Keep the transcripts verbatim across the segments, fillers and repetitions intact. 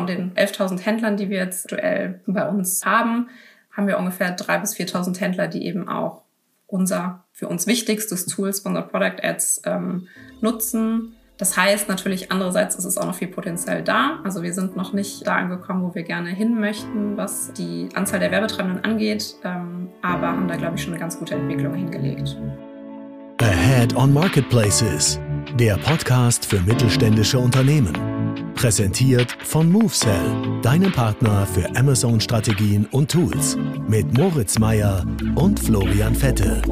von den elftausend Händlern, die wir jetzt aktuell bei uns haben, haben wir ungefähr dreitausend bis viertausend Händler, die eben auch unser für uns wichtigstes Tool, Sponsored Product Ads, ähm, nutzen. Das heißt natürlich, andererseits ist es auch noch viel Potenzial da. Also wir sind noch nicht da angekommen, wo wir gerne hin möchten, was die Anzahl der Werbetreibenden angeht, ähm, aber haben da, glaube ich, schon eine ganz gute Entwicklung hingelegt. Ahead on Marketplaces, der Podcast für mittelständische Unternehmen. Präsentiert von MoveSell, deinem Partner für Amazon-Strategien und Tools. Mit Moritz Meyer und Florian Vettel.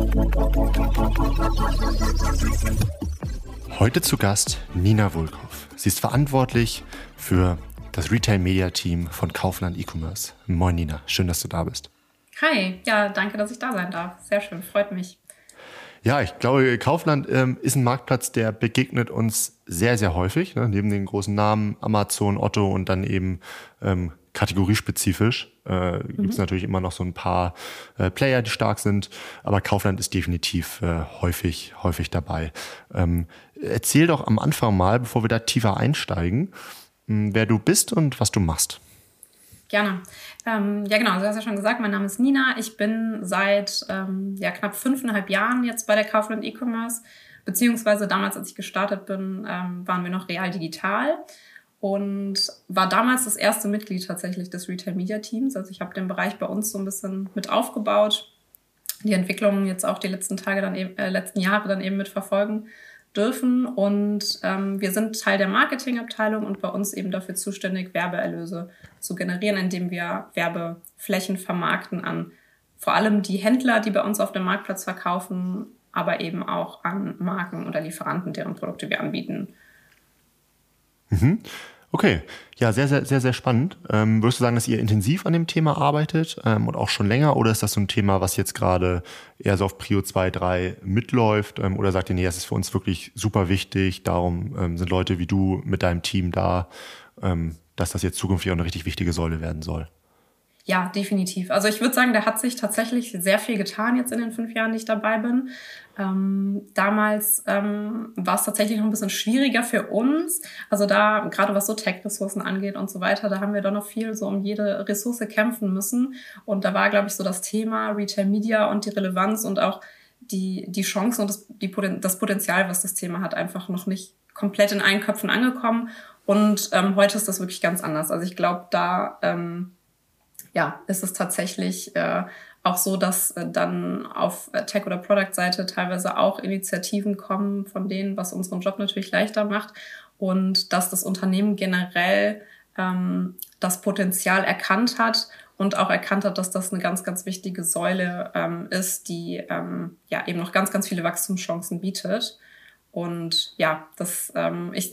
Heute zu Gast Nina Wulkow. Sie ist verantwortlich für das Retail-Media-Team von Kaufland E-Commerce. Moin Nina, schön, dass du da bist. Hi, ja, danke, dass ich da sein darf. Sehr schön, freut mich. Ja, ich glaube, Kaufland ähm, ist ein Marktplatz, der begegnet uns sehr, sehr häufig. Ne? Neben den großen Namen Amazon, Otto und dann eben ähm, kategoriespezifisch äh, mhm. gibt es natürlich immer noch so ein paar äh, Player, die stark sind. Aber Kaufland ist definitiv äh, häufig, häufig dabei. Ähm, erzähl doch am Anfang mal, bevor wir da tiefer einsteigen, mh, wer du bist und was du machst. Gerne. Ähm, ja, genau, du hast ja schon gesagt, mein Name ist Nina. Ich bin seit ähm, ja, knapp fünfeinhalb Jahren jetzt bei der Kaufland E-Commerce, beziehungsweise damals, als ich gestartet bin, ähm, waren wir noch Real Digital und war damals das erste Mitglied tatsächlich des Retail-Media-Teams. Also ich habe den Bereich bei uns so ein bisschen mit aufgebaut, die Entwicklung jetzt auch die letzten Tage dann eben, äh, letzten Jahre dann eben mitverfolgen dürfen und ähm, wir sind Teil der Marketingabteilung und bei uns eben dafür zuständig, Werbeerlöse zu generieren, indem wir Werbeflächen vermarkten an vor allem die Händler, die bei uns auf dem Marktplatz verkaufen, aber eben auch an Marken oder Lieferanten, deren Produkte wir anbieten. Mhm. Okay, ja, sehr, sehr, sehr, sehr spannend. Ähm, würdest du sagen, dass ihr intensiv an dem Thema arbeitet ähm, und auch schon länger, oder ist das so ein Thema, was jetzt gerade eher so auf Prio zwei, drei mitläuft, ähm, oder sagt ihr, nee, das ist für uns wirklich super wichtig, darum ähm, sind Leute wie du mit deinem Team da, ähm, dass das jetzt zukünftig auch eine richtig wichtige Säule werden soll? Ja, definitiv. Also ich würde sagen, da hat sich tatsächlich sehr viel getan jetzt in den fünf Jahren, die ich dabei bin. Ähm, damals ähm, war es tatsächlich noch ein bisschen schwieriger für uns. Also da, gerade was so Tech-Ressourcen angeht und so weiter, da haben wir doch noch viel so um jede Ressource kämpfen müssen. Und da war, glaube ich, so das Thema Retail Media und die Relevanz und auch die, die Chancen und das, die, das Potenzial, was das Thema hat, einfach noch nicht komplett in allen Köpfen angekommen. Und ähm, heute ist das wirklich ganz anders. Also ich glaube, da ähm, ja, ist es tatsächlich äh, auch so, dass äh, dann auf äh, Tech- oder Product-Seite teilweise auch Initiativen kommen von denen, was unseren Job natürlich leichter macht und dass das Unternehmen generell ähm, das Potenzial erkannt hat und auch erkannt hat, dass das eine ganz, ganz wichtige Säule ähm, ist, die ähm, ja eben noch ganz, ganz viele Wachstumschancen bietet. Und ja, das ähm, ich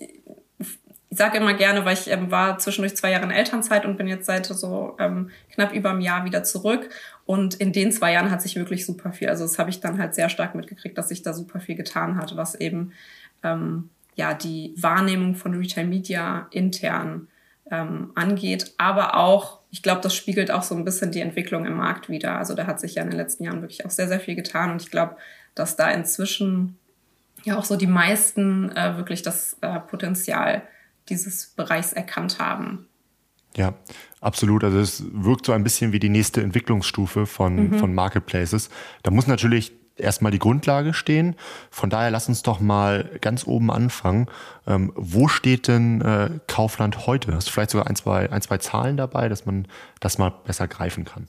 Ich sage immer gerne, weil ich ähm, war zwischendurch zwei Jahre in Elternzeit und bin jetzt seit so ähm, knapp über einem Jahr wieder zurück. Und in den zwei Jahren hat sich wirklich super viel, also das habe ich dann halt sehr stark mitgekriegt, dass sich da super viel getan hat, was eben ähm, ja die Wahrnehmung von Retail Media intern ähm, angeht. Aber auch, ich glaube, das spiegelt auch so ein bisschen die Entwicklung im Markt wider. Also da hat sich ja in den letzten Jahren wirklich auch sehr, sehr viel getan. Und ich glaube, dass da inzwischen ja auch so die meisten äh, wirklich das äh, Potenzial dieses Bereichs erkannt haben. Ja, absolut. Also es wirkt so ein bisschen wie die nächste Entwicklungsstufe von, mhm. von Marketplaces. Da muss natürlich erstmal die Grundlage stehen. Von daher lass uns doch mal ganz oben anfangen. Ähm, wo steht denn äh, Kaufland heute? Hast du vielleicht sogar ein, zwei, ein, zwei Zahlen dabei, dass man das mal besser greifen kann?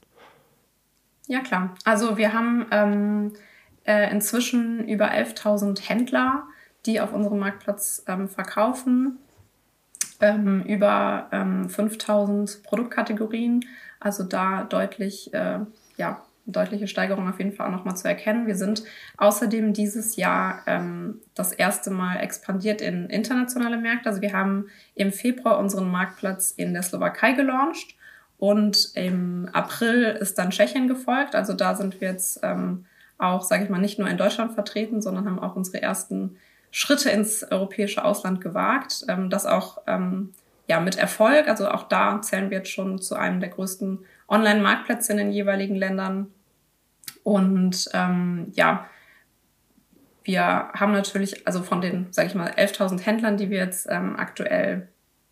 Ja, klar. Also wir haben ähm, äh, inzwischen über elftausend Händler, die auf unserem Marktplatz ähm, verkaufen. Ähm, über ähm, fünftausend Produktkategorien, also da deutlich, äh, ja, deutliche Steigerung auf jeden Fall auch nochmal zu erkennen. Wir sind außerdem dieses Jahr ähm, das erste Mal expandiert in internationale Märkte. Also wir haben im Februar unseren Marktplatz in der Slowakei gelauncht und im April ist dann Tschechien gefolgt. Also da sind wir jetzt ähm, auch, sage ich mal, nicht nur in Deutschland vertreten, sondern haben auch unsere ersten Schritte ins europäische Ausland gewagt, ähm, das auch ähm, ja mit Erfolg. Also auch da zählen wir jetzt schon zu einem der größten Online-Marktplätze in den jeweiligen Ländern. Und ähm, ja, wir haben natürlich, also von den, sage ich mal, elftausend Händlern, die wir jetzt ähm, aktuell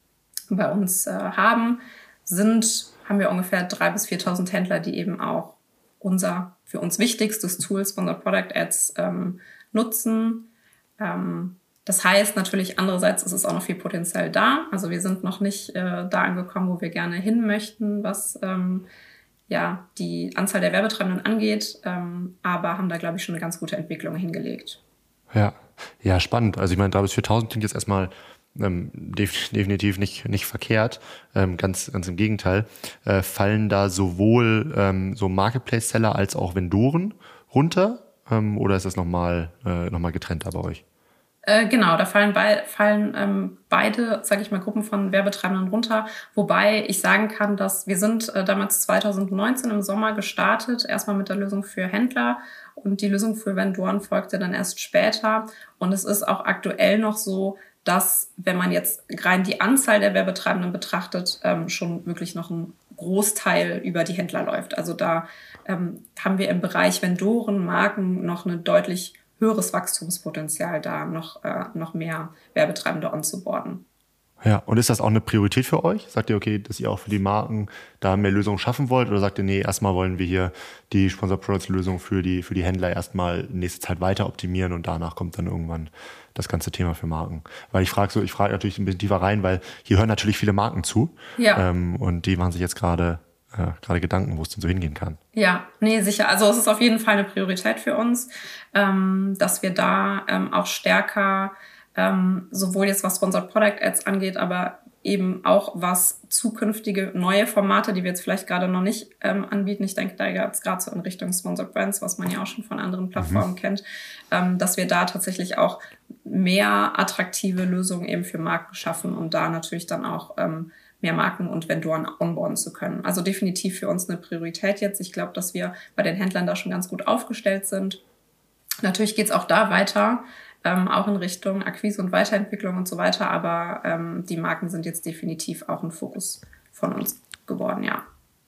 bei uns äh, haben, sind, haben wir ungefähr dreitausend bis viertausend Händler, die eben auch unser für uns wichtigstes Tool, Sponsored Product Ads, ähm, nutzen. Ähm, das heißt natürlich, andererseits ist es auch noch viel Potenzial da. Also wir sind noch nicht äh, da angekommen, wo wir gerne hin möchten, was ähm, ja, die Anzahl der Werbetreibenden angeht, ähm, aber haben da, glaube ich, schon eine ganz gute Entwicklung hingelegt. Ja, ja, spannend. Also ich meine, dreitausend bis viertausend klingt jetzt erstmal ähm, def- definitiv nicht, nicht verkehrt. Ähm, ganz, ganz im Gegenteil. Äh, fallen da sowohl ähm, so Marketplace-Seller als auch Vendoren runter? Ähm, oder ist das nochmal äh, noch mal getrennt da bei euch? Äh, genau, da fallen, bei, fallen ähm, beide, sage ich mal, Gruppen von Werbetreibenden runter. Wobei ich sagen kann, dass wir sind äh, damals zwanzig neunzehn im Sommer gestartet, erstmal mit der Lösung für Händler und die Lösung für Vendoren folgte dann erst später. Und es ist auch aktuell noch so, dass, wenn man jetzt rein die Anzahl der Werbetreibenden betrachtet, ähm, schon wirklich noch ein Großteil über die Händler läuft. Also da ähm, haben wir im Bereich Vendoren, Marken noch eine deutlich höheres Wachstumspotenzial da, noch, äh, noch mehr Werbetreibende onzuboarden. Ja, und ist das auch eine Priorität für euch? Sagt ihr, okay, dass ihr auch für die Marken da mehr Lösungen schaffen wollt? Oder sagt ihr, nee, erstmal wollen wir hier die Sponsored Products Lösung für die, für die Händler erstmal in nächster Zeit weiter optimieren und danach kommt dann irgendwann das ganze Thema für Marken? Weil ich frage so, ich frage natürlich ein bisschen tiefer rein, weil hier hören natürlich viele Marken zu. Ja. Ähm, und die machen sich jetzt gerade äh, gerade Gedanken, wo es denn so hingehen kann. Ja, nee, sicher. Also es ist auf jeden Fall eine Priorität für uns, ähm, dass wir da ähm, auch stärker ähm, sowohl jetzt was Sponsored Product Ads angeht, aber eben auch was zukünftige neue Formate, die wir jetzt vielleicht gerade noch nicht ähm, anbieten. Ich denke, da gab es gerade so in Richtung Sponsored Brands, was man ja auch schon von anderen Plattformen mhm. kennt, ähm, dass wir da tatsächlich auch mehr attraktive Lösungen eben für Marken schaffen und da natürlich dann auch ähm, mehr Marken und Vendoren onboarden zu können. Also definitiv für uns eine Priorität jetzt. Ich glaube, dass wir bei den Händlern da schon ganz gut aufgestellt sind. Natürlich geht es auch da weiter, ähm, auch in Richtung Akquise und Weiterentwicklung und so weiter. Aber ähm, die Marken sind jetzt definitiv auch ein Fokus von uns geworden, ja.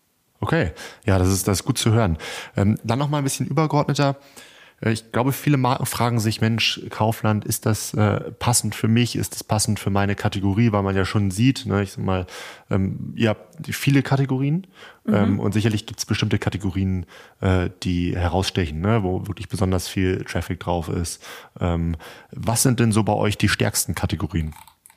Okay, ja, das ist, das ist gut zu hören. Ähm, dann noch mal ein bisschen übergeordneter. Ich glaube, viele Marken fragen sich, Mensch, Kaufland, ist das äh, passend für mich? Ist das passend für meine Kategorie? Weil man ja schon sieht, ne, ich sag mal, ähm, ihr habt viele Kategorien mhm. ähm, und sicherlich gibt es bestimmte Kategorien, äh, die herausstechen, ne, wo wirklich besonders viel Traffic drauf ist. Ähm, was sind denn so bei euch die stärksten Kategorien?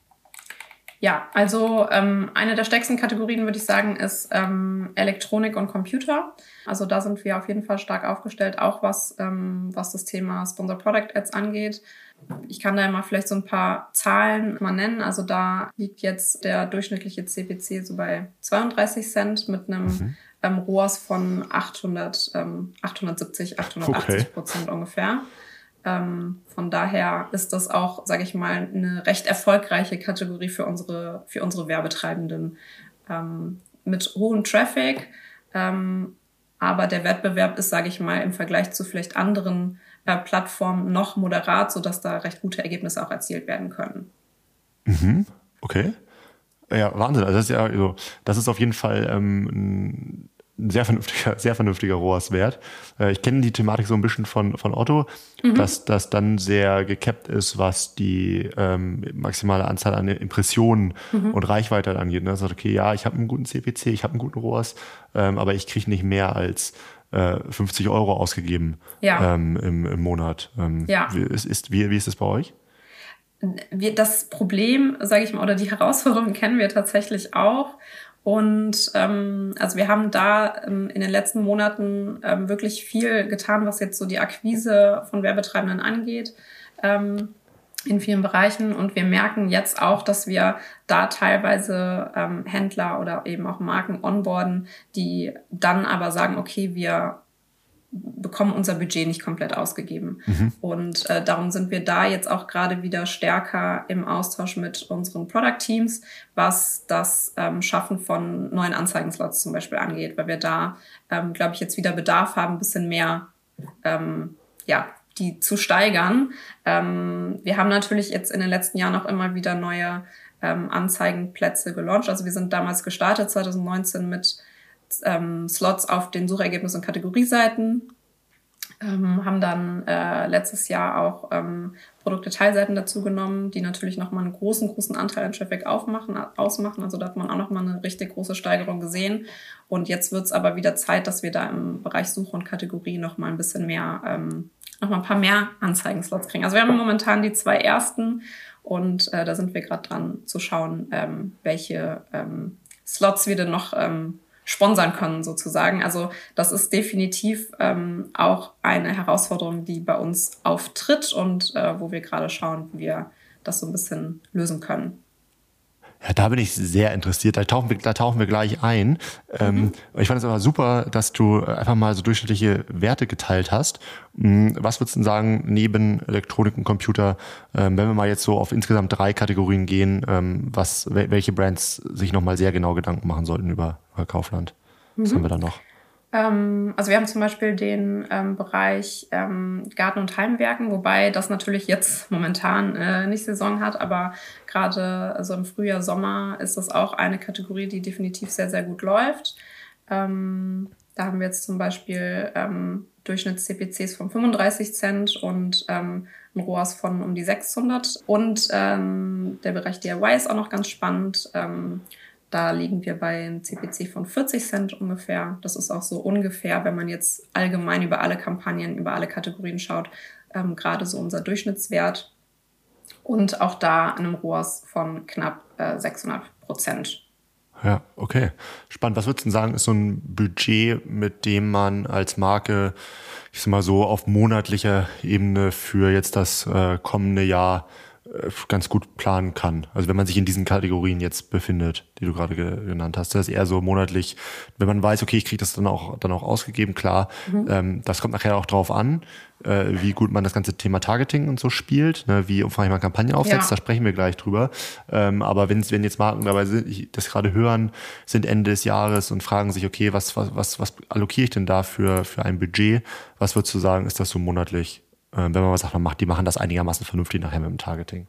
Ja, also ähm, eine der stärksten Kategorien, würde ich sagen, ist ähm, Elektronik und Computer. Also da sind wir auf jeden Fall stark aufgestellt, auch was, ähm, was das Thema Sponsored Product Ads angeht. Ich kann da immer vielleicht so ein paar Zahlen mal nennen. Also da liegt jetzt der durchschnittliche C P C so bei zweiunddreißig Cent mit einem mhm. ähm, R O A S von achthundert, ähm, achthundertsiebzig, achthundertachtzig okay. Prozent ungefähr. Ähm, von daher ist das auch, sage ich mal, eine recht erfolgreiche Kategorie für unsere für unsere Werbetreibenden ähm, mit hohem Traffic. Ähm, aber der Wettbewerb ist, sage ich mal, im Vergleich zu vielleicht anderen äh, Plattformen noch moderat, sodass da recht gute Ergebnisse auch erzielt werden können. Mhm. Okay. Ja, Wahnsinn. Also das ist ja, also das ist auf jeden Fall ähm, ein sehr vernünftiger, sehr vernünftiger R O A S-Wert. Äh, ich kenne die Thematik so ein bisschen von, von Otto, mhm. dass das dann sehr gekappt ist, was die ähm, maximale Anzahl an Impressionen mhm. und Reichweite angeht. Das sagt, okay, ja, ich habe einen guten C P C, ich habe einen guten R O A S, ähm, aber ich kriege nicht mehr als äh, fünfzig Euro ausgegeben ja. ähm, im, im Monat. Ähm, ja. wie, ist, ist, wie, wie ist das bei euch? Wir, das Problem, sage ich mal, oder die Herausforderung kennen wir tatsächlich auch. Und ähm, also wir haben da ähm, in den letzten Monaten ähm, wirklich viel getan, was jetzt so die Akquise von Werbetreibenden angeht, ähm, in vielen Bereichen. Und wir merken jetzt auch, dass wir da teilweise ähm, Händler oder eben auch Marken onboarden, die dann aber sagen, okay, wir bekommen unser Budget nicht komplett ausgegeben. Mhm. Und äh, darum sind wir da jetzt auch gerade wieder stärker im Austausch mit unseren Product-Teams, was das ähm, Schaffen von neuen Anzeigenslots zum Beispiel angeht, weil wir da, ähm, glaube ich, jetzt wieder Bedarf haben, ein bisschen mehr, ähm, ja, die zu steigern. Ähm, wir haben natürlich jetzt in den letzten Jahren auch immer wieder neue ähm, Anzeigenplätze gelauncht. Also wir sind damals gestartet, zwanzig neunzehn, mit Ähm, Slots auf den Suchergebnis- und Kategorieseiten. Ähm, haben dann äh, letztes Jahr auch ähm, Produktdetailseiten dazu genommen, die natürlich nochmal einen großen, großen Anteil an Traffic aufmachen, ausmachen. Also da hat man auch nochmal eine richtig große Steigerung gesehen. Und jetzt wird es aber wieder Zeit, dass wir da im Bereich Suche und Kategorie nochmal ein bisschen mehr, ähm, nochmal ein paar mehr Anzeigenslots kriegen. Also wir haben momentan die zwei ersten und äh, da sind wir gerade dran zu schauen, ähm, welche ähm, Slots wir denn noch ähm, sponsern können sozusagen. Also das ist definitiv ähm, auch eine Herausforderung, die bei uns auftritt und äh, wo wir gerade schauen, wie wir das so ein bisschen lösen können. Ja, da bin ich sehr interessiert. Da tauchen wir, da tauchen wir gleich ein. Mhm. Ähm, ich fand es aber super, dass du einfach mal so durchschnittliche Werte geteilt hast. Was würdest du denn sagen, neben Elektronik und Computer, ähm, wenn wir mal jetzt so auf insgesamt drei Kategorien gehen, ähm, was, welche Brands sich nochmal sehr genau Gedanken machen sollten über, über Kaufland? Was mhm. haben wir da noch? Also wir haben zum Beispiel den ähm, Bereich ähm, Garten- und Heimwerken, wobei das natürlich jetzt momentan äh, nicht Saison hat, aber gerade also im Frühjahr, Sommer ist das auch eine Kategorie, die definitiv sehr, sehr gut läuft. Ähm, da haben wir jetzt zum Beispiel ähm, Durchschnitts-C P Cs von fünfunddreißig Cent und ähm, ein R O A S von um die sechshundert. Und ähm, der Bereich D I Y ist auch noch ganz spannend. Ähm, Da liegen wir bei einem C P C von vierzig Cent ungefähr. Das ist auch so ungefähr, wenn man jetzt allgemein über alle Kampagnen, über alle Kategorien schaut, ähm, gerade so unser Durchschnittswert. Und auch da einem R O A S von knapp äh, sechshundert Prozent. Ja, okay. Spannend. Was würdest du sagen, ist so ein Budget, mit dem man als Marke, ich sag mal so, auf monatlicher Ebene für jetzt das äh, kommende Jahr ganz gut planen kann. Also wenn man sich in diesen Kategorien jetzt befindet, die du gerade ge- genannt hast, das ist eher so monatlich, wenn man weiß, okay, ich kriege das dann auch dann auch ausgegeben, klar. Mhm. Ähm, das kommt nachher auch drauf an, äh, wie gut man das ganze Thema Targeting und so spielt, ne, wie umfangreich man Kampagnen aufsetzt, ja. Da sprechen wir gleich drüber. Ähm, aber wenn wenn jetzt Marken dabei sind, ich das gerade hören, sind Ende des Jahres und fragen sich, okay, was was was was allokiere ich denn da für für ein Budget? Was würdest du sagen, ist das so monatlich? Wenn man mal sagt, man macht, die machen das einigermaßen vernünftig nachher mit dem Targeting.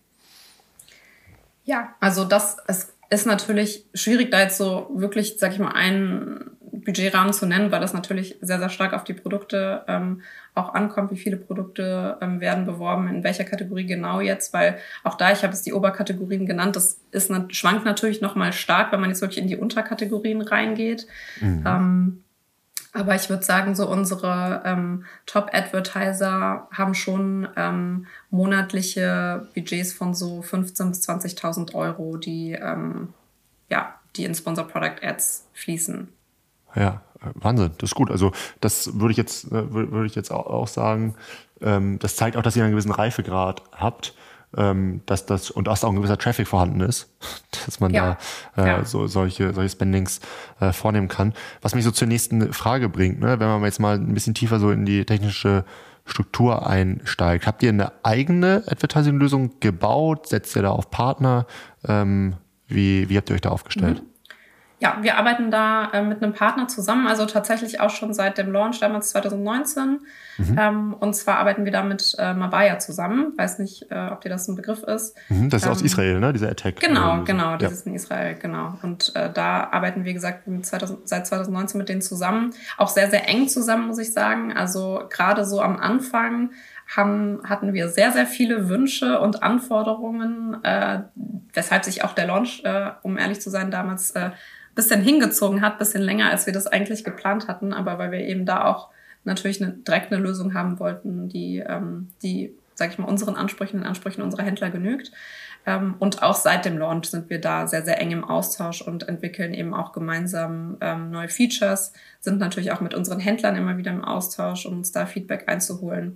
Ja, also das es ist natürlich schwierig, da jetzt so wirklich, sag ich mal, einen Budgetrahmen zu nennen, weil das natürlich sehr, sehr stark auf die Produkte ähm, auch ankommt, wie viele Produkte ähm, werden beworben, in welcher Kategorie genau jetzt, weil auch da, ich habe es die Oberkategorien genannt, das ist schwankt natürlich nochmal stark, wenn man jetzt wirklich in die Unterkategorien reingeht. Mhm. Ähm, Aber ich würde sagen, so unsere ähm, Top-Advertiser haben schon ähm, monatliche Budgets von so fünfzehntausend bis zwanzigtausend Euro, die, ähm, ja, die in Sponsor Product Ads fließen. Ja, Wahnsinn, das ist gut. Also das würde ich jetzt, würde ich jetzt auch sagen, ähm, das zeigt auch, dass ihr einen gewissen Reifegrad habt. Ähm, dass das und dass auch ein gewisser Traffic vorhanden ist, dass man ja, da äh, ja. so solche solche Spendings äh, vornehmen kann. Was mich so zur nächsten Frage bringt, ne, wenn man jetzt mal ein bisschen tiefer so in die technische Struktur einsteigt. Habt ihr eine eigene Advertising-Lösung gebaut? Setzt ihr da auf Partner? Ähm, wie wie habt ihr euch da aufgestellt? Mhm. Ja, wir arbeiten da äh, mit einem Partner zusammen, also tatsächlich auch schon seit dem Launch, damals zwanzig neunzehn. Mhm. Ähm, und zwar arbeiten wir da mit äh, Mabaya zusammen. Weiß nicht, äh, ob dir das ein Begriff ist. Mhm, das ist ähm, aus Israel, ne? Dieser Attack. Genau, genau, das ja. ist in Israel, genau. Und äh, da arbeiten wir, wie gesagt, mit zweitausend, seit zwanzig neunzehn mit denen zusammen. Auch sehr, sehr eng zusammen, muss ich sagen. Also gerade so am Anfang haben, hatten wir sehr, sehr viele Wünsche und Anforderungen, äh, weshalb sich auch der Launch, äh, um ehrlich zu sein, damals äh, bisschen hingezogen hat, bisschen länger, als wir das eigentlich geplant hatten, aber weil wir eben da auch natürlich eine, direkt eine Lösung haben wollten, die, ähm, die, sag ich mal, unseren Ansprüchen, den Ansprüchen unserer Händler genügt. Ähm, und auch seit dem Launch sind wir da sehr, sehr eng im Austausch und entwickeln eben auch gemeinsam ähm, neue Features, sind natürlich auch mit unseren Händlern immer wieder im Austausch, um uns da Feedback einzuholen.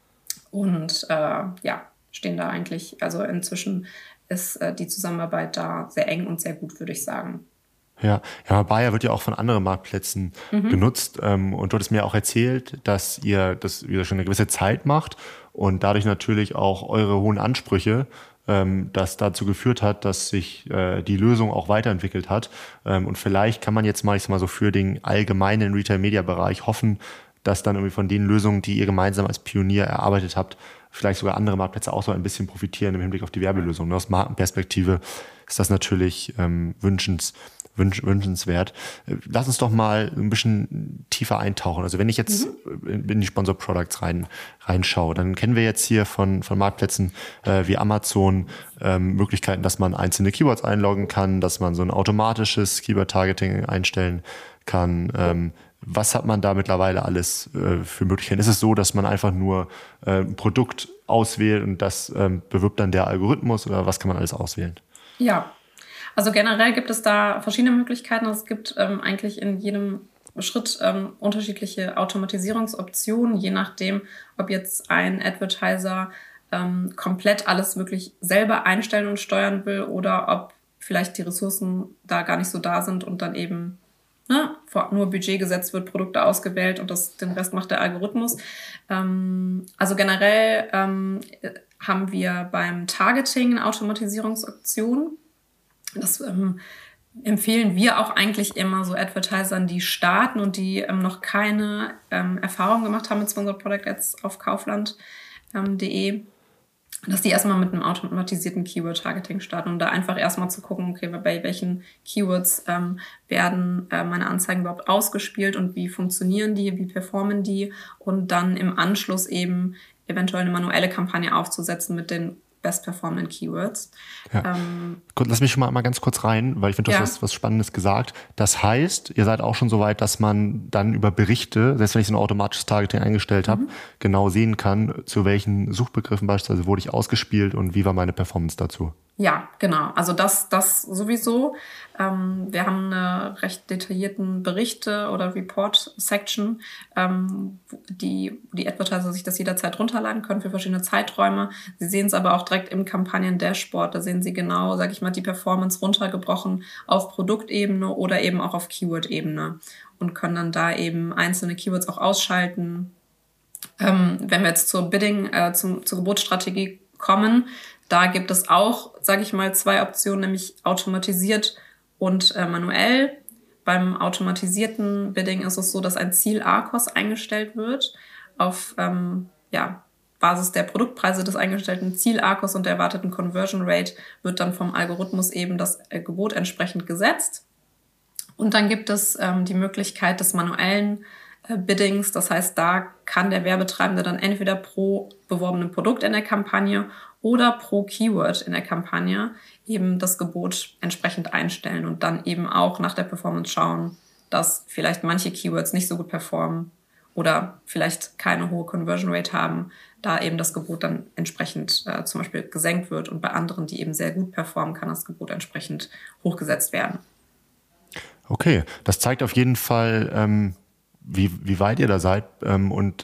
Und äh, ja, stehen da eigentlich, also inzwischen ist äh, die Zusammenarbeit da sehr eng und sehr gut, würde ich sagen. Ja, ja, Bayer wird ja auch von anderen Marktplätzen mhm. genutzt. Ähm, und du hattest mir auch erzählt, dass ihr das wieder schon eine gewisse Zeit macht und dadurch natürlich auch eure hohen Ansprüche, ähm, das dazu geführt hat, dass sich äh, die Lösung auch weiterentwickelt hat. Ähm, und vielleicht kann man jetzt mal, ich sag mal so für den allgemeinen Retail-Media-Bereich hoffen, dass dann irgendwie von den Lösungen, die ihr gemeinsam als Pionier erarbeitet habt, vielleicht sogar andere Marktplätze auch so ein bisschen profitieren im Hinblick auf die Werbelösung. Aus Markenperspektive ist das natürlich ähm, wünschenswert. wünsch, wünschenswert. Lass uns doch mal ein bisschen tiefer eintauchen. Also wenn ich jetzt mhm. in die Sponsor Products rein, reinschaue, dann kennen wir jetzt hier von, von Marktplätzen äh, wie Amazon ähm, Möglichkeiten, dass man einzelne Keywords einloggen kann, dass man so ein automatisches Keyword-Targeting einstellen kann. Ähm, was hat man da mittlerweile alles äh, für Möglichkeiten? Ist es so, dass man einfach nur äh, ein Produkt auswählt und das ähm, bewirbt dann der Algorithmus, oder was kann man alles auswählen? Ja, also generell gibt es da verschiedene Möglichkeiten. Es gibt ähm, eigentlich in jedem Schritt ähm, unterschiedliche Automatisierungsoptionen, je nachdem, ob jetzt ein Advertiser ähm, komplett alles wirklich selber einstellen und steuern will oder ob vielleicht die Ressourcen da gar nicht so da sind und dann eben ne, nur Budget gesetzt wird, Produkte ausgewählt und das, den Rest macht der Algorithmus. Ähm, also generell ähm, haben wir beim Targeting eine Automatisierungsoption. Das ähm, empfehlen wir auch eigentlich immer so Advertisern, die starten und die ähm, noch keine ähm, Erfahrung gemacht haben mit Sponsored Product Ads auf kaufland punkt de, dass die erstmal mit einem automatisierten Keyword-Targeting starten, um da einfach erstmal zu gucken, okay, bei welchen Keywords ähm, werden äh, meine Anzeigen überhaupt ausgespielt und wie funktionieren die, wie performen die und dann im Anschluss eben eventuell eine manuelle Kampagne aufzusetzen mit den bestperformenden Keywords. Ja. Ähm, Lass mich schon mal, mal ganz kurz rein, weil ich finde, du ja. hast was, was Spannendes gesagt. Das heißt, ihr seid auch schon so weit, dass man dann über Berichte, selbst wenn ich so ein automatisches Targeting eingestellt habe, mhm. genau sehen kann, zu welchen Suchbegriffen beispielsweise wurde ich ausgespielt und wie war meine Performance dazu. Ja, genau. Also das, das sowieso. Ähm, wir haben eine recht detaillierten Berichte oder Report-Section, ähm, die die Advertiser sich das jederzeit runterladen können für verschiedene Zeiträume. Sie sehen es aber auch direkt im Kampagnen-Dashboard. Da sehen Sie genau, sage ich mal, die Performance runtergebrochen auf Produktebene oder eben auch auf Keyword-Ebene und können dann da eben einzelne Keywords auch ausschalten. Ähm, wenn wir jetzt zur Bidding, äh, zum, zur Gebotsstrategie kommen, da gibt es auch, sage ich mal, zwei Optionen, nämlich automatisiert und äh, manuell. Beim automatisierten Bidding ist es so, dass ein Ziel-A C O S eingestellt wird auf ähm, ja, Basis der Produktpreise des eingestellten Ziel-A C O S und der erwarteten Conversion Rate wird dann vom Algorithmus eben das äh, Gebot entsprechend gesetzt. Und dann gibt es ähm, die Möglichkeit des manuellen äh, Biddings. Das heißt, da kann der Werbetreibende dann entweder pro beworbenen Produkt in der Kampagne oder pro Keyword in der Kampagne eben das Gebot entsprechend einstellen und dann eben auch nach der Performance schauen, dass vielleicht manche Keywords nicht so gut performen oder vielleicht keine hohe Conversion Rate haben, da eben das Gebot dann entsprechend äh, zum Beispiel gesenkt wird und bei anderen, die eben sehr gut performen, kann das Gebot entsprechend hochgesetzt werden. Okay, das zeigt auf jeden Fall, ähm, wie, wie weit ihr da seid ähm, und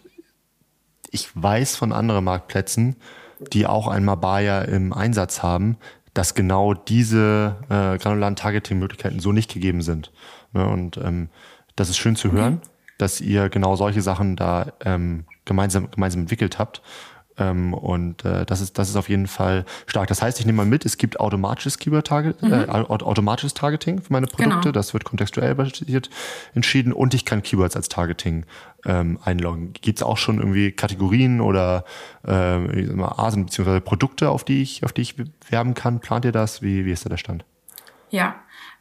ich weiß von anderen Marktplätzen, die auch ein Mabaya im Einsatz haben, dass genau diese äh, granularen Targeting-Möglichkeiten so nicht gegeben sind. Ne? Und ähm, das ist schön zu hören, okay. dass ihr genau solche Sachen da ähm, gemeinsam, gemeinsam entwickelt habt. Ähm, und äh, das ist das ist auf jeden Fall stark. Das heißt, ich nehme mal mit, es gibt automatisches Keyword-Targeting, mhm. äh, automatisches Targeting für meine Produkte. Genau. Das wird kontextuell basiert entschieden und ich kann Keywords als Targeting ähm, einloggen. Gibt es auch schon irgendwie Kategorien oder äh, ich sag mal, Arten bzw. Produkte, auf die ich auf die ich werben kann? Plant ihr das? Wie wie ist da der Stand? Ja.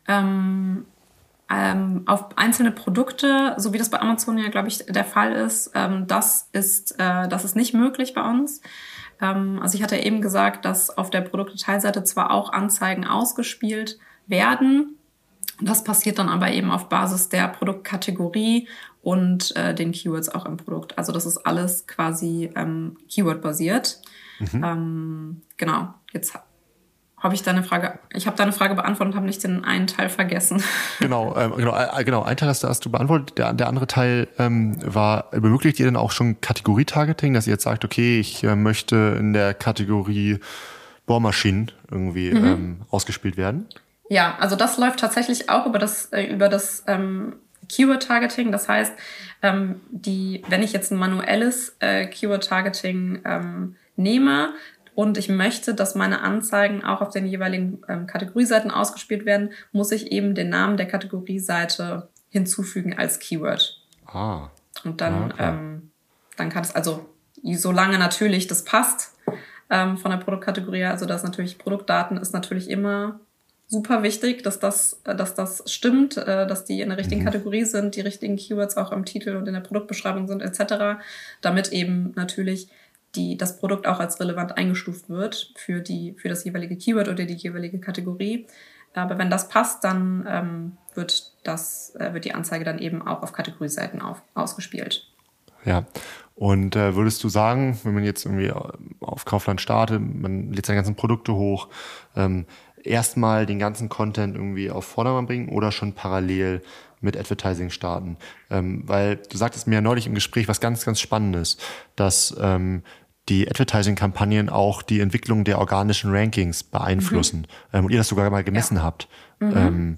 Ähm Ähm, auf einzelne Produkte, so wie das bei Amazon ja, glaube ich, der Fall ist, ähm, das ist, äh, das ist nicht möglich bei uns. Ähm, also ich hatte ja eben gesagt, dass auf der Produktdetailseite zwar auch Anzeigen ausgespielt werden, das passiert dann aber eben auf Basis der Produktkategorie und äh, den Keywords auch im Produkt. Also das ist alles quasi ähm, Keyword-basiert. Mhm. Ähm, genau, jetzt Habe ich deine Frage, ich habe deine Frage beantwortet und habe nicht den einen Teil vergessen. Genau, ähm, genau, äh, genau. Ein Teil hast du, hast du beantwortet. Der, der andere Teil ähm, war, ermöglicht ihr denn auch schon Kategorie-Targeting, dass ihr jetzt sagt, okay, ich äh, möchte in der Kategorie Bohrmaschinen irgendwie mhm. ähm, ausgespielt werden? Ja, also das läuft tatsächlich auch über das äh, über das ähm, Keyword-Targeting. Das heißt, ähm, die, wenn ich jetzt ein manuelles äh, Keyword-Targeting ähm, nehme, und ich möchte, dass meine Anzeigen auch auf den jeweiligen ähm, Kategorieseiten ausgespielt werden, muss ich eben den Namen der Kategorieseite hinzufügen als Keyword. Ah. Und dann, okay. ähm, dann kann es, also solange natürlich das passt ähm, von der Produktkategorie, also das natürlich Produktdaten ist natürlich immer super wichtig, dass das, dass das stimmt, dass die in der richtigen Mhm. Kategorie sind, die richtigen Keywords auch im Titel und in der Produktbeschreibung sind et cetera, damit eben natürlich die, das Produkt auch als relevant eingestuft wird für, die, für das jeweilige Keyword oder die jeweilige Kategorie. Aber wenn das passt, dann ähm, wird, das, äh, wird die Anzeige dann eben auch auf Kategorieseiten auf, ausgespielt. Ja, und äh, würdest du sagen, wenn man jetzt irgendwie auf Kaufland startet, man lädt seine ganzen Produkte hoch, ähm, erstmal den ganzen Content irgendwie auf Vordermann bringen oder schon parallel mit Advertising starten? Ähm, weil du sagtest mir ja neulich im Gespräch was ganz, ganz Spannendes, dass ähm, die Advertising-Kampagnen auch die Entwicklung der organischen Rankings beeinflussen. Mhm. Ähm, und ihr das sogar mal gemessen ja. habt. Mhm. Ähm,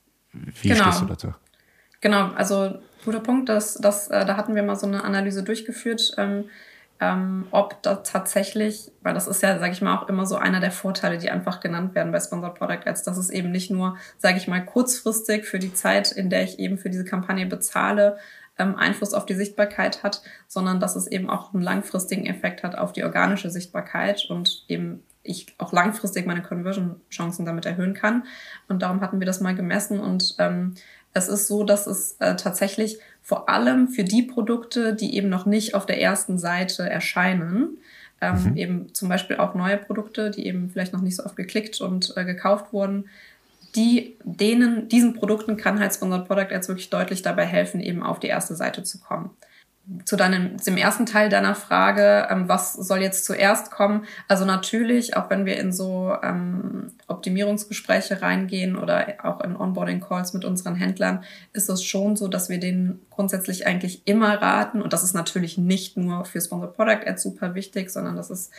wie genau. stehst du dazu? Genau, also guter Punkt, dass, dass, äh, da hatten wir mal so eine Analyse durchgeführt, ähm, ähm, ob da tatsächlich, weil das ist ja, sage ich mal, auch immer so einer der Vorteile, die einfach genannt werden bei Sponsored Product Ads, dass es eben nicht nur, sage ich mal, kurzfristig für die Zeit, in der ich eben für diese Kampagne bezahle, ähm, Einfluss auf die Sichtbarkeit hat, sondern dass es eben auch einen langfristigen Effekt hat auf die organische Sichtbarkeit und eben ich auch langfristig meine Conversion-Chancen damit erhöhen kann. Und darum hatten wir das mal gemessen und ähm, es ist so, dass es äh, tatsächlich vor allem für die Produkte, die eben noch nicht auf der ersten Seite erscheinen, ähm, mhm. eben zum Beispiel auch neue Produkte, die eben vielleicht noch nicht so oft geklickt und äh, gekauft wurden, die, denen, diesen Produkten kann halt Sponsored Product Ads wirklich deutlich dabei helfen, eben auf die erste Seite zu kommen. Zu deinem, dem ersten Teil deiner Frage, ähm, was soll jetzt zuerst kommen? Also natürlich, auch wenn wir in so ähm, Optimierungsgespräche reingehen oder auch in Onboarding-Calls mit unseren Händlern, ist es schon so, dass wir denen grundsätzlich eigentlich immer raten, und das ist natürlich nicht nur für Sponsored Product Ads super wichtig, sondern das ist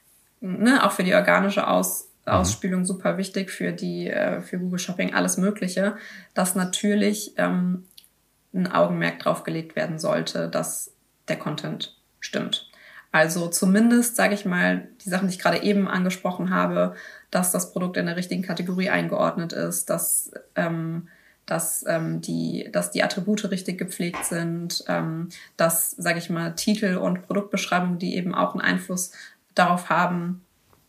ne, auch für die organische Aus, Ausspielung mhm. super wichtig, für die äh, für Google Shopping, alles Mögliche, dass natürlich ähm, ein Augenmerk drauf gelegt werden sollte, dass der Content stimmt. Also zumindest, sage ich mal, die Sachen, die ich gerade eben angesprochen habe, dass das Produkt in der richtigen Kategorie eingeordnet ist, dass, ähm, dass, ähm, die, dass die Attribute richtig gepflegt sind, ähm, dass, sage ich mal, Titel und Produktbeschreibung, die eben auch einen Einfluss darauf haben,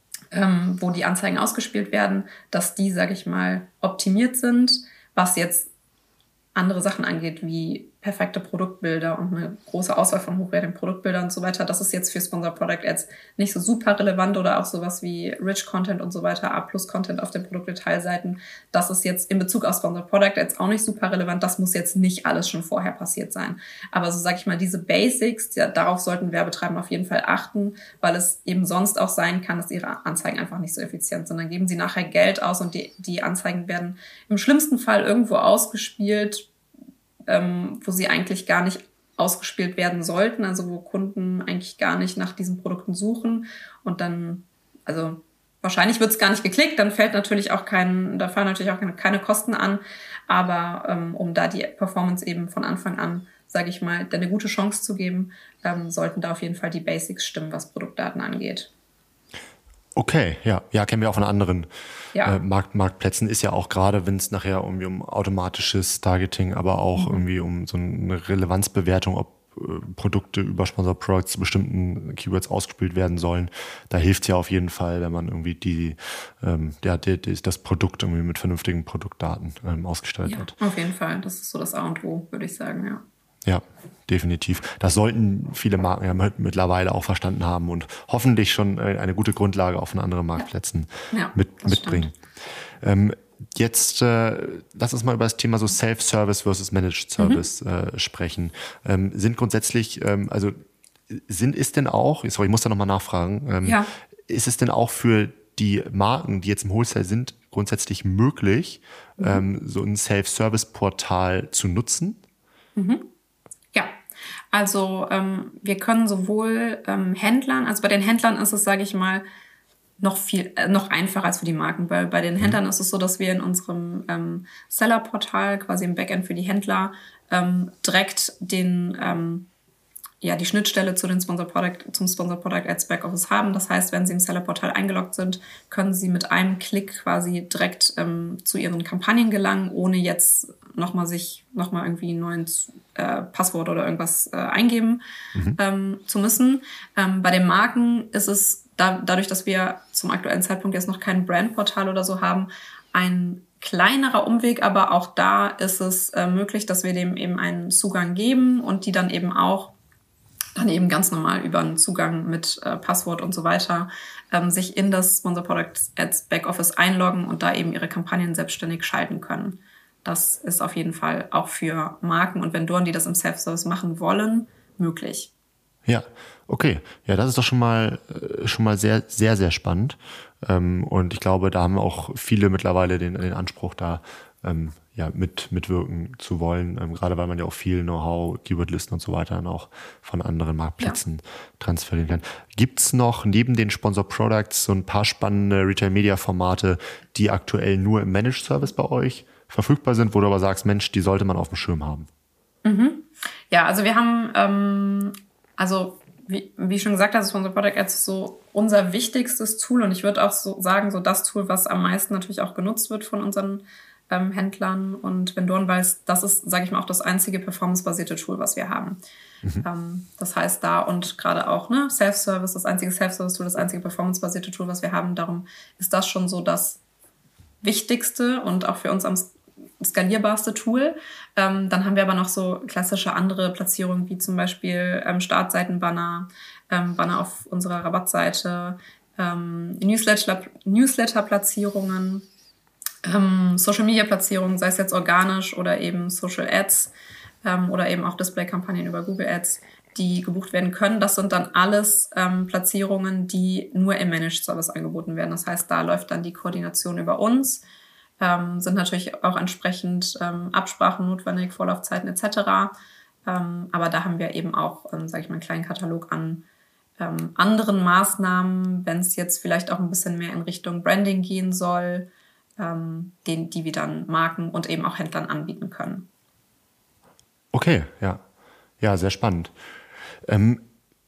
ähm, wo die Anzeigen ausgespielt werden, dass die, sage ich mal, optimiert sind, was jetzt andere Sachen angeht, wie perfekte Produktbilder und eine große Auswahl von hochwertigen Produktbildern und so weiter. Das ist jetzt für Sponsored Product Ads nicht so super relevant oder auch sowas wie Rich Content und so weiter, A-Plus-Content auf den Produktdetailseiten. Das ist jetzt in Bezug auf Sponsored Product Ads auch nicht super relevant. Das muss jetzt nicht alles schon vorher passiert sein. Aber so sage ich mal, diese Basics, ja, darauf sollten Werbetreibende auf jeden Fall achten, weil es eben sonst auch sein kann, dass ihre Anzeigen einfach nicht so effizient sind. Dann geben sie nachher Geld aus und die, die Anzeigen werden im schlimmsten Fall irgendwo ausgespielt, Ähm, wo sie eigentlich gar nicht ausgespielt werden sollten, also wo Kunden eigentlich gar nicht nach diesen Produkten suchen und dann, also wahrscheinlich wird es gar nicht geklickt, dann fällt natürlich auch kein, da fallen natürlich auch keine, keine Kosten an, aber ähm, um da die Performance eben von Anfang an, sage ich mal, eine gute Chance zu geben, ähm, sollten da auf jeden Fall die Basics stimmen, was Produktdaten angeht. Okay, ja, ja, kennen wir auch von anderen ja. äh, Markt, Marktplätzen. Ist ja auch gerade, wenn es nachher irgendwie um automatisches Targeting, aber auch mhm. irgendwie um so eine Relevanzbewertung, ob äh, Produkte über Sponsored Products zu bestimmten Keywords ausgespielt werden sollen. Da hilft es ja auf jeden Fall, wenn man irgendwie die, ähm, ja, die, die, das Produkt irgendwie mit vernünftigen Produktdaten ähm, ausgestattet ja, hat. Auf jeden Fall, das ist so das A und O, würde ich sagen, ja. Ja, definitiv. Das sollten viele Marken ja mittlerweile auch verstanden haben und hoffentlich schon eine gute Grundlage auch von anderen Marktplätzen ja, mit, mitbringen. Ähm, jetzt äh, lass uns mal über das Thema so Self-Service versus Managed Service mhm. äh, sprechen. Ähm, sind grundsätzlich, ähm, also sind ist denn auch, sorry, ich muss da nochmal nachfragen, ähm, ja. ist es denn auch für die Marken, die jetzt im Wholesale sind, grundsätzlich möglich, mhm. ähm, so ein Self-Service-Portal zu nutzen? Mhm. Ja, also ähm, wir können sowohl ähm, Händlern, also bei den Händlern ist es, sage ich mal, noch viel äh, noch einfacher als für die Marken, weil bei den mhm. Händlern ist es so, dass wir in unserem ähm, Seller-Portal, quasi im Backend für die Händler, ähm, direkt den ähm, ja die Schnittstelle zu den Sponsored Product, zum Sponsored Product Ads Backoffice haben. Das heißt, wenn Sie im Seller-Portal eingeloggt sind, können Sie mit einem Klick quasi direkt ähm, zu Ihren Kampagnen gelangen, ohne jetzt nochmal sich nochmal irgendwie ein neues äh, Passwort oder irgendwas äh, eingeben mhm. ähm, zu müssen. Ähm, bei den Marken ist es da, dadurch, dass wir zum aktuellen Zeitpunkt jetzt noch kein Brandportal oder so haben, ein kleinerer Umweg, aber auch da ist es äh, möglich, dass wir dem eben einen Zugang geben und die dann eben auch dann eben ganz normal über einen Zugang mit äh, Passwort und so weiter ähm, sich in das Sponsor Product Ads Backoffice einloggen und da eben ihre Kampagnen selbstständig schalten können. Das ist auf jeden Fall auch für Marken und Vendoren, die das im Self-Service machen wollen, möglich. Ja, okay. Ja, das ist doch schon mal schon mal sehr, sehr, sehr spannend. Ähm, und ich glaube, da haben auch viele mittlerweile den, den Anspruch, da ähm, ja mit mitwirken zu wollen, ähm, gerade weil man ja auch viel Know-how, Keywordlisten und so weiter dann auch von anderen Marktplätzen ja. transferieren kann. Gibt's noch neben den Sponsor Products so ein paar spannende Retail-Media-Formate, die aktuell nur im Managed Service bei euch verfügbar sind, wo du aber sagst, Mensch, die sollte man auf dem Schirm haben? Mhm. Ja, also wir haben, ähm, also wie, wie ich schon gesagt habe, ist Sponsor Product Ads so unser wichtigstes Tool und ich würde auch so sagen, so das Tool, was am meisten natürlich auch genutzt wird von unseren ähm, Händlern und Vendoren, weil es, das ist, sage ich mal, auch das einzige performancebasierte Tool, was wir haben. Mhm. Ähm, das heißt da und gerade auch ne, Self-Service, das einzige Self-Service-Tool, das einzige performancebasierte Tool, was wir haben, darum ist das schon so das wichtigste und auch für uns am skalierbarste Tool. Ähm, dann haben wir aber noch so klassische andere Platzierungen, wie zum Beispiel ähm, Startseitenbanner, ähm, Banner auf unserer Rabattseite, ähm, Newsletter, Newsletter-Platzierungen, ähm, Social-Media-Platzierungen, sei es jetzt organisch oder eben Social Ads ähm, oder eben auch Display-Kampagnen über Google Ads, die gebucht werden können. Das sind dann alles ähm, Platzierungen, die nur im Managed Service angeboten werden. Das heißt, da läuft dann die Koordination über uns. Ähm, sind natürlich auch entsprechend ähm, Absprachen notwendig, Vorlaufzeiten et cetera. Ähm, aber da haben wir eben auch, ähm, sage ich mal, einen kleinen Katalog an ähm, anderen Maßnahmen, wenn es jetzt vielleicht auch ein bisschen mehr in Richtung Branding gehen soll, ähm, den, die wir dann Marken und eben auch Händlern anbieten können. Okay, ja. Ja, sehr spannend. Ähm,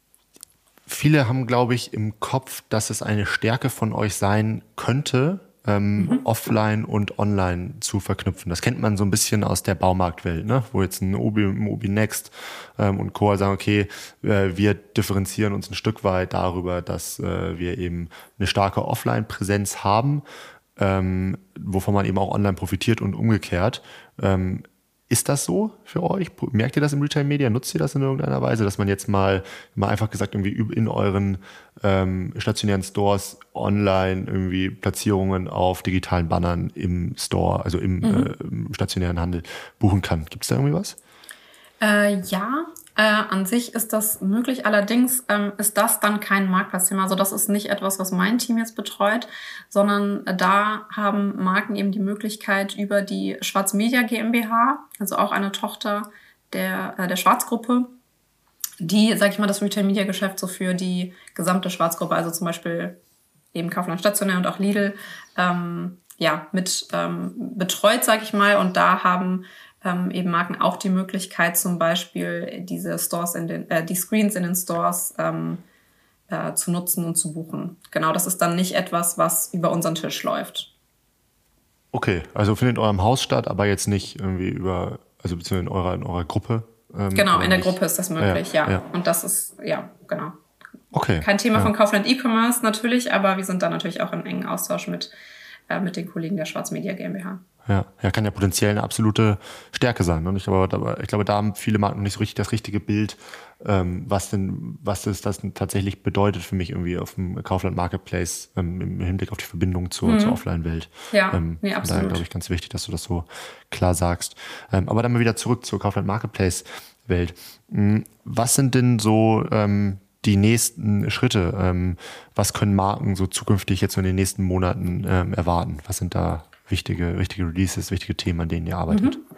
viele haben, glaube ich, im Kopf, dass es eine Stärke von euch sein könnte, Ähm, mhm. offline und online zu verknüpfen. Das kennt man so ein bisschen aus der Baumarktwelt, ne? Wo jetzt ein Obi, ein Obi Next ähm, und Co. sagen, okay, äh, wir differenzieren uns ein Stück weit darüber, dass äh, wir eben eine starke Offline-Präsenz haben, ähm, wovon man eben auch online profitiert und umgekehrt. Ähm, Ist das so für euch? Merkt ihr das im Retail-Media? Nutzt ihr das in irgendeiner Weise, dass man jetzt mal, mal einfach gesagt irgendwie in euren ähm, stationären Stores online irgendwie Platzierungen auf digitalen Bannern im Store, also im, mhm. äh, im stationären Handel buchen kann? Gibt es da irgendwie was? Äh, ja, äh, an sich ist das möglich. Allerdings ähm, ist das dann kein Marktplatzthema. Also das ist nicht etwas, was mein Team jetzt betreut, sondern äh, da haben Marken eben die Möglichkeit über die Schwarz Media GmbH, also auch eine Tochter der, äh, der Schwarz-Gruppe, die, sag ich mal, das Retail-Media-Geschäft so für die gesamte Schwarz-Gruppe, also zum Beispiel eben Kaufland Stationär und auch Lidl, ähm, ja, mit ähm, betreut, sag ich mal. Und da haben Ähm, eben Marken auch die Möglichkeit, zum Beispiel diese Stores in den, äh, die Screens in den Stores ähm, äh, zu nutzen und zu buchen. Genau, das ist dann nicht etwas, was über unseren Tisch läuft. Okay, also findet in eurem Haus statt, aber jetzt nicht irgendwie über, also beziehungsweise in eurer, in eurer Gruppe. Ähm, genau, in der nicht. Gruppe ist das möglich, ja, ja. ja. Und das ist, ja, genau. Okay. Kein Thema ja. von Kaufland E-Commerce natürlich, aber wir sind da natürlich auch im engen Austausch mit, äh, mit den Kollegen der Schwarz Media GmbH. Ja, ja, kann ja potenziell eine absolute Stärke sein. Ne? Ich glaube, ich glaube, da haben viele Marken noch nicht so richtig das richtige Bild, ähm, was denn, was das, das tatsächlich bedeutet für mich irgendwie auf dem Kaufland Marketplace ähm, im Hinblick auf die Verbindung zur, mhm. zur Offline-Welt. Ja, ähm, nee, absolut. Daher glaube ich ganz wichtig, dass du das so klar sagst. Ähm, aber dann mal wieder zurück zur Kaufland Marketplace-Welt. Was sind denn so ähm, die nächsten Schritte? Ähm, was können Marken so zukünftig jetzt so in den nächsten Monaten ähm, erwarten? Was sind da wichtige, wichtige Releases, wichtige Themen, an denen ihr arbeitet? Mhm.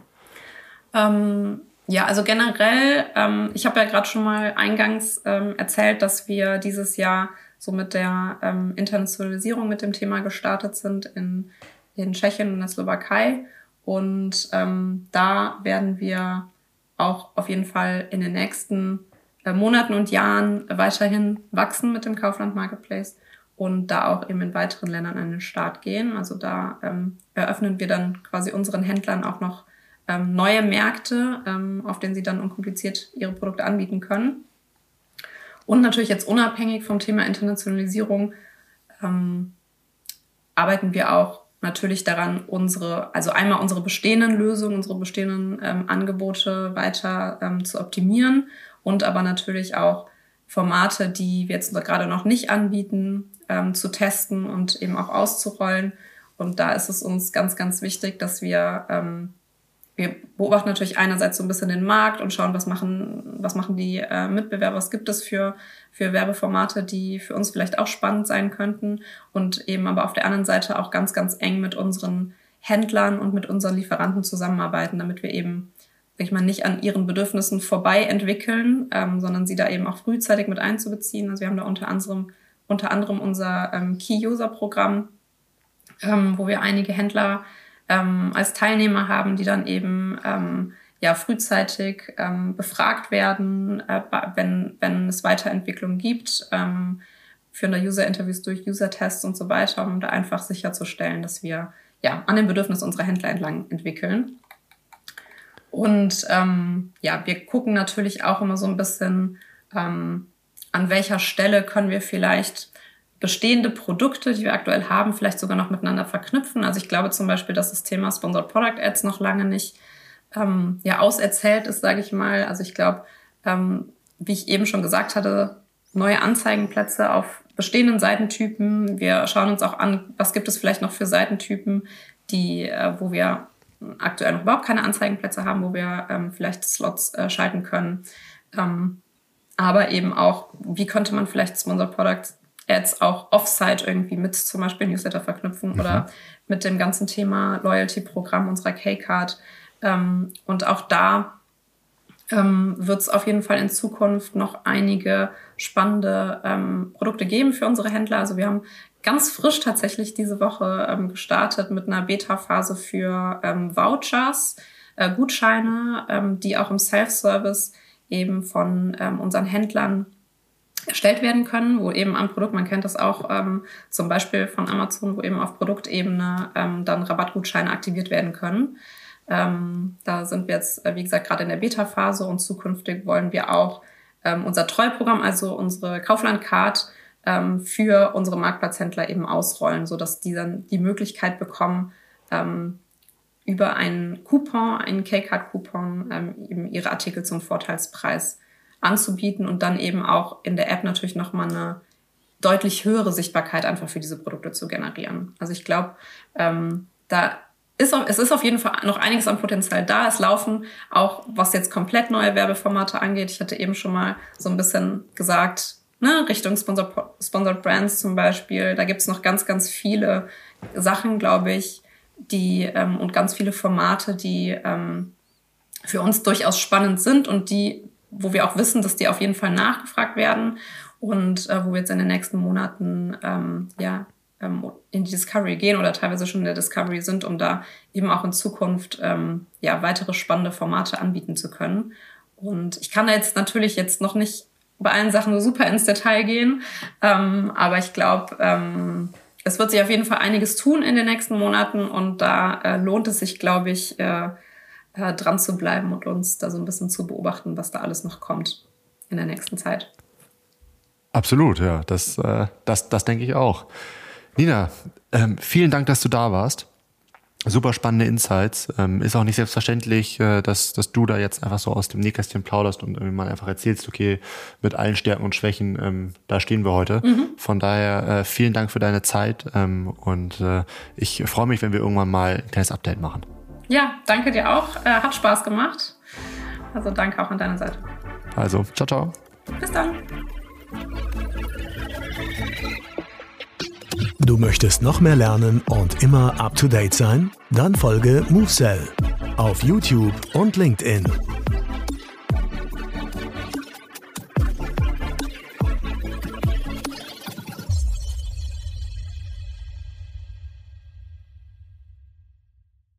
Ähm, ja, also generell, ähm, ich habe ja gerade schon mal eingangs ähm, erzählt, dass wir dieses Jahr so mit der ähm, Internationalisierung mit dem Thema gestartet sind in, in Tschechien und der Slowakei. Und ähm, da werden wir auch auf jeden Fall in den nächsten äh, Monaten und Jahren weiterhin wachsen mit dem Kaufland Marketplace. Und da auch eben in weiteren Ländern an den Start gehen. Also da ähm, eröffnen wir dann quasi unseren Händlern auch noch ähm, neue Märkte, ähm, auf denen sie dann unkompliziert ihre Produkte anbieten können. Und natürlich jetzt unabhängig vom Thema Internationalisierung ähm, arbeiten wir auch natürlich daran, unsere, also einmal unsere bestehenden Lösungen, unsere bestehenden ähm, Angebote weiter ähm, zu optimieren und aber natürlich auch Formate, die wir jetzt gerade noch nicht anbieten, ähm, zu testen und eben auch auszurollen. Und da ist es uns ganz, ganz wichtig, dass wir, ähm, wir beobachten natürlich einerseits so ein bisschen den Markt und schauen, was machen, was machen die äh, Mitbewerber, was gibt es für, für Werbeformate, die für uns vielleicht auch spannend sein könnten und eben aber auf der anderen Seite auch ganz, ganz eng mit unseren Händlern und mit unseren Lieferanten zusammenarbeiten, damit wir eben, sag ich mal, nicht an ihren Bedürfnissen vorbei entwickeln, ähm, sondern sie da eben auch frühzeitig mit einzubeziehen. Also wir haben da unter anderem, unter anderem unser ähm, Key-User-Programm, ähm, wo wir einige Händler ähm, als Teilnehmer haben, die dann eben ähm, ja frühzeitig ähm, befragt werden, äh, wenn wenn es Weiterentwicklungen gibt, ähm, führen da User-Interviews durch, User-Tests und so weiter, um da einfach sicherzustellen, dass wir ja an den Bedürfnissen unserer Händler entlang entwickeln. Und ähm, ja, wir gucken natürlich auch immer so ein bisschen, ähm, an welcher Stelle können wir vielleicht bestehende Produkte, die wir aktuell haben, vielleicht sogar noch miteinander verknüpfen. Also ich glaube zum Beispiel, dass das Thema Sponsored Product Ads noch lange nicht ähm, ja auserzählt ist, sage ich mal. Also ich glaube, ähm, wie ich eben schon gesagt hatte, neue Anzeigenplätze auf bestehenden Seitentypen. Wir schauen uns auch an, was gibt es vielleicht noch für Seitentypen, die, äh, wo wir aktuell noch überhaupt keine Anzeigenplätze haben, wo wir ähm, vielleicht Slots äh, schalten können. Ähm, aber eben auch, wie könnte man vielleicht Sponsored Product Ads auch Offsite irgendwie mit zum Beispiel Newsletter verknüpfen mhm. oder mit dem ganzen Thema Loyalty-Programm unserer K-Card. Ähm, und auch da ähm, wird es auf jeden Fall in Zukunft noch einige spannende ähm, Produkte geben für unsere Händler. Also wir haben ganz frisch tatsächlich diese Woche ähm, gestartet mit einer Beta-Phase für ähm, Vouchers, äh, Gutscheine, ähm, die auch im Self-Service eben von ähm, unseren Händlern erstellt werden können, wo eben am Produkt, man kennt das auch ähm, zum Beispiel von Amazon, wo eben auf Produktebene ähm, dann Rabattgutscheine aktiviert werden können. Ähm, da sind wir jetzt, äh, wie gesagt, gerade in der Beta-Phase und zukünftig wollen wir auch ähm, unser Treuprogramm, also unsere Kaufland-Card, ähm, für unsere Marktplatzhändler eben ausrollen, sodass die dann die Möglichkeit bekommen, ähm, über einen Coupon, einen K-Card-Coupon, ähm, eben ihre Artikel zum Vorteilspreis anzubieten und dann eben auch in der App natürlich nochmal eine deutlich höhere Sichtbarkeit einfach für diese Produkte zu generieren. Also ich glaube, ähm, da ist es ist auf jeden Fall noch einiges an Potenzial da. Es laufen auch, was jetzt komplett neue Werbeformate angeht. Ich hatte eben schon mal so ein bisschen gesagt, ne, Richtung Sponsored, Sponsored Brands zum Beispiel. Da gibt es noch ganz, ganz viele Sachen, glaube ich, die ähm, und ganz viele Formate, die ähm, für uns durchaus spannend sind und die wo wir auch wissen, dass die auf jeden Fall nachgefragt werden und äh, wo wir jetzt in den nächsten Monaten ähm, ja ähm, in die Discovery gehen oder teilweise schon in der Discovery sind, um da eben auch in Zukunft ähm, ja weitere spannende Formate anbieten zu können. Und ich kann da jetzt natürlich jetzt noch nicht bei allen Sachen so super ins Detail gehen, ähm, aber ich glaube, ähm, es wird sich auf jeden Fall einiges tun in den nächsten Monaten und da äh, lohnt es sich, glaube ich, äh, Äh, dran zu bleiben und uns da so ein bisschen zu beobachten, was da alles noch kommt in der nächsten Zeit. Absolut, ja, das, äh, das, das denke ich auch. Nina, ähm, vielen Dank, dass du da warst. Super spannende Insights. Ähm, ist auch nicht selbstverständlich, äh, dass, dass du da jetzt einfach so aus dem Nähkästchen plauderst und irgendwie mal einfach erzählst, okay, mit allen Stärken und Schwächen, ähm, da stehen wir heute. Mhm. Von daher äh, vielen Dank für deine Zeit ähm, und äh, ich freue mich, wenn wir irgendwann mal ein kleines Update machen. Ja, danke dir auch. Äh, hat Spaß gemacht. Also danke auch an deiner Seite. Also, ciao, ciao. Bis dann. Du möchtest noch mehr lernen und immer up to date sein? Dann folge MoveSell auf YouTube und LinkedIn.